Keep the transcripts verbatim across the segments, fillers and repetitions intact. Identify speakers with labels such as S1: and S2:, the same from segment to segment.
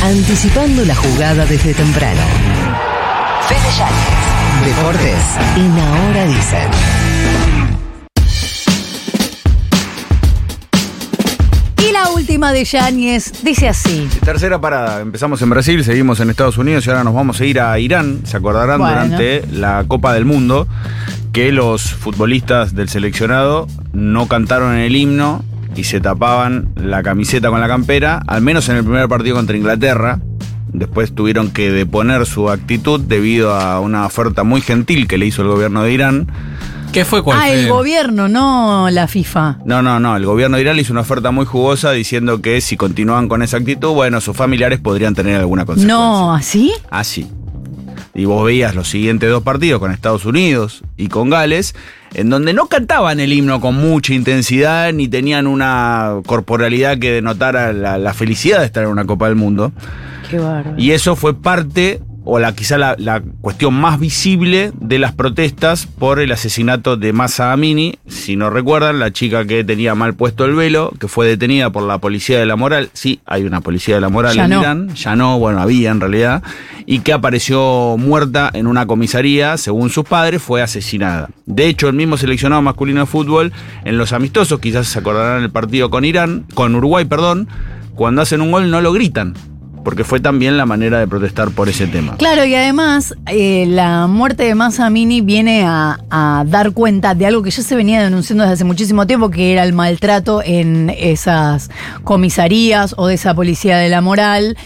S1: Anticipando la jugada desde temprano. Fede Yáñez. Deportes en Ahora Dicen.
S2: Y la última de Yáñez dice así.
S3: Tercera parada. Empezamos en Brasil, seguimos en Estados Unidos y ahora nos vamos a ir a Irán. Se acordarán bueno. durante la Copa del Mundo que los futbolistas del seleccionado no cantaron en el himno y se tapaban la camiseta con la campera, al menos en el primer partido contra Inglaterra. Después tuvieron que deponer su actitud debido a una oferta muy gentil que le hizo el gobierno de Irán.
S4: ¿Qué fue? ¿Cuál
S2: ah,
S4: fue?
S2: El gobierno, no la FIFA.
S3: No, no, no. El gobierno de Irán le hizo una oferta muy jugosa diciendo que si continuaban con esa actitud, bueno, sus familiares podrían tener alguna consecuencia.
S2: No, ¿así?
S3: Así. Y vos veías los siguientes dos partidos con Estados Unidos y con Gales, en donde no cantaban el himno con mucha intensidad ni tenían una corporalidad que denotara la, la felicidad de estar en una Copa del Mundo.
S2: Qué bárbaro.
S3: Y eso fue parte, o la quizá la, la cuestión más visible de las protestas por el asesinato de Mahsa Amini. Si no recuerdan, la chica que tenía mal puesto el velo, que fue detenida por la policía de la moral. Sí, hay una policía de la moral
S2: ya
S3: en
S2: no.
S3: Irán. Ya no, bueno, había en realidad. Y que apareció muerta en una comisaría, según sus padres, fue asesinada. De hecho, el mismo seleccionado masculino de fútbol, en los amistosos, quizás se acordarán el partido con Irán, con Uruguay, perdón, cuando hacen un gol no lo gritan. Porque fue también la manera de protestar por ese tema.
S2: Claro, y además eh, la muerte de Mahsa Amini viene a, a dar cuenta de algo que ya se venía denunciando desde hace muchísimo tiempo, que era el maltrato en esas comisarías o de esa policía de la moral.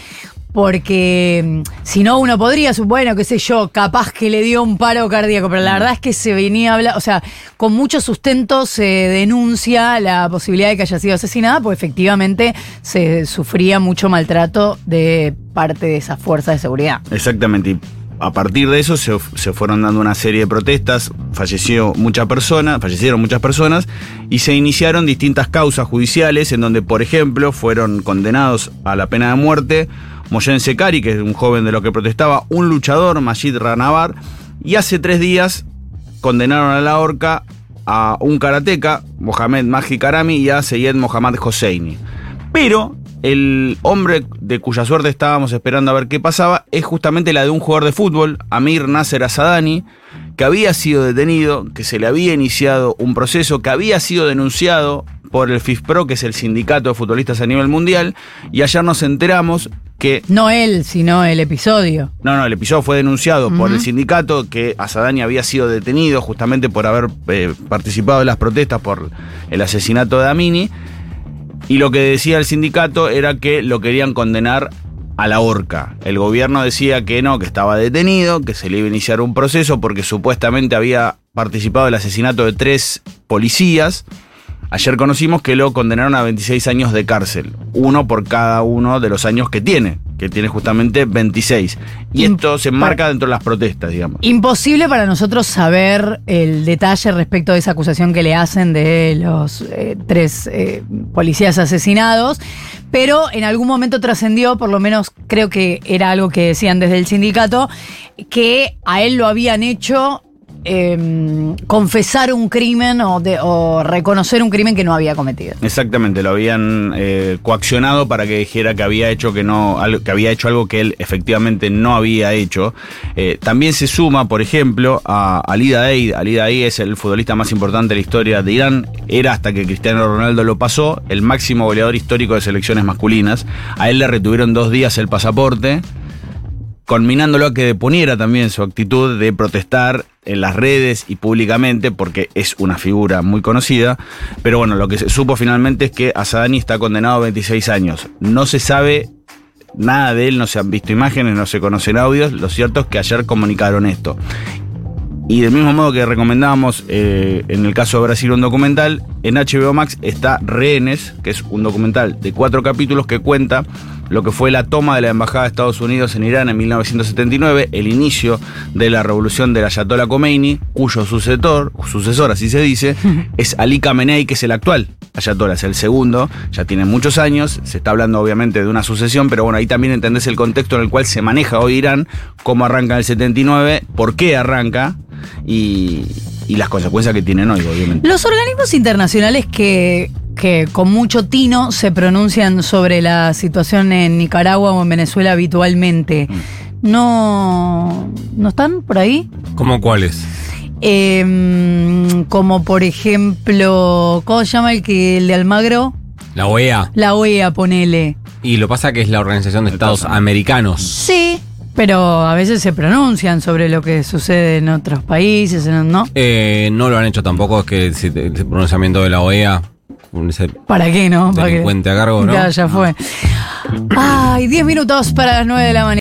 S2: Porque si no, uno podría, bueno, qué sé yo, capaz que le dio un paro cardíaco, pero la verdad es que se venía a hablar, o sea, con mucho sustento se denuncia la posibilidad de que haya sido asesinada, pues efectivamente se sufría mucho maltrato de parte de esas fuerzas de seguridad.
S3: Exactamente. Y a partir de eso se, se fueron dando una serie de protestas, falleció mucha persona, fallecieron muchas personas y se iniciaron distintas causas judiciales en donde, por ejemplo, fueron condenados a la pena de muerte Moyen Sekari, que es un joven de lo que protestaba, un luchador, Majid Ranavar, y hace tres días condenaron a la horca a un karateca, Mohamed Maji Karami, y a Seyed Mohammad Hosseini. Pero el hombre de cuya suerte estábamos esperando a ver qué pasaba es justamente la de un jugador de fútbol, Amir Nasser Asadani, que había sido detenido, que se le había iniciado un proceso, que había sido denunciado por el FIFPRO, que es el sindicato de futbolistas a nivel mundial, y ayer nos enteramos que...
S2: No él, sino el episodio.
S3: No, no, el episodio fue denunciado uh-huh. por el sindicato, que Asadani había sido detenido justamente por haber eh, participado en las protestas por el asesinato de Amini, y lo que decía el sindicato era que lo querían condenar a la horca. El gobierno decía que no, que estaba detenido, que se le iba a iniciar un proceso porque supuestamente había participado del asesinato de tres policías. Ayer conocimos que lo condenaron a veintiséis años de cárcel, uno por cada uno de los años que tiene, que tiene justamente veintiséis. Y Imp- esto se enmarca dentro de las protestas, digamos.
S2: Imposible para nosotros saber el detalle respecto de esa acusación que le hacen de los eh, tres eh, policías asesinados, pero en algún momento trascendió, por lo menos creo que era algo que decían desde el sindicato, que a él lo habían hecho... Eh, confesar un crimen o, de, o reconocer un crimen que no había cometido.
S3: Exactamente, lo habían eh, coaccionado para que dijera que había hecho que no, que había hecho algo que él efectivamente no había hecho. Eh, también se suma, por ejemplo, a Ali Daei. Ali Daei es el futbolista más importante de la historia de Irán. Era, hasta que Cristiano Ronaldo lo pasó, el máximo goleador histórico de selecciones masculinas. A él le retuvieron dos días el pasaporte, culminándolo a que deponiera también su actitud de protestar en las redes y públicamente, porque es una figura muy conocida. Pero bueno, lo que se supo finalmente es que Asadani está condenado a veintiséis años. No se sabe nada de él, no se han visto imágenes, no se conocen audios. Lo cierto es que ayer comunicaron esto. Y del mismo modo que recomendábamos eh, en el caso de Brasil un documental, en H B O Max está Rehenes, que es un documental de cuatro capítulos que cuenta lo que fue la toma de la embajada de Estados Unidos en Irán en mil novecientos setenta y nueve, el inicio de la revolución del Ayatollah Khomeini, cuyo sucesor, sucesor así se dice, es Ali Khamenei, que es el actual Ayatollah, es el segundo, ya tiene muchos años, se está hablando obviamente de una sucesión, pero bueno, ahí también entendés el contexto en el cual se maneja hoy Irán, cómo arranca en el setenta y nueve, por qué arranca y, y las consecuencias que tienen hoy, obviamente.
S2: Los organismos internacionales que que con mucho tino se pronuncian sobre la situación en Nicaragua o en Venezuela habitualmente. ¿No, no están por ahí?
S4: ¿Cómo cuáles?
S2: Eh, como por ejemplo, ¿cómo se llama el que el de Almagro?
S4: La O E A.
S2: La O E A, ponele.
S4: Y lo pasa que es la Organización de Estados Americanos.
S2: Sí, pero a veces se pronuncian sobre lo que sucede en otros países, ¿no?
S4: Eh, no lo han hecho tampoco, es que el, el pronunciamiento de la O E A. Ese
S2: ¿Para qué no? ¿Para
S4: delincuente
S2: qué?
S4: a cargo, ¿no?
S2: Ya, ya fue. Ay, diez minutos para las nueve de la mañana.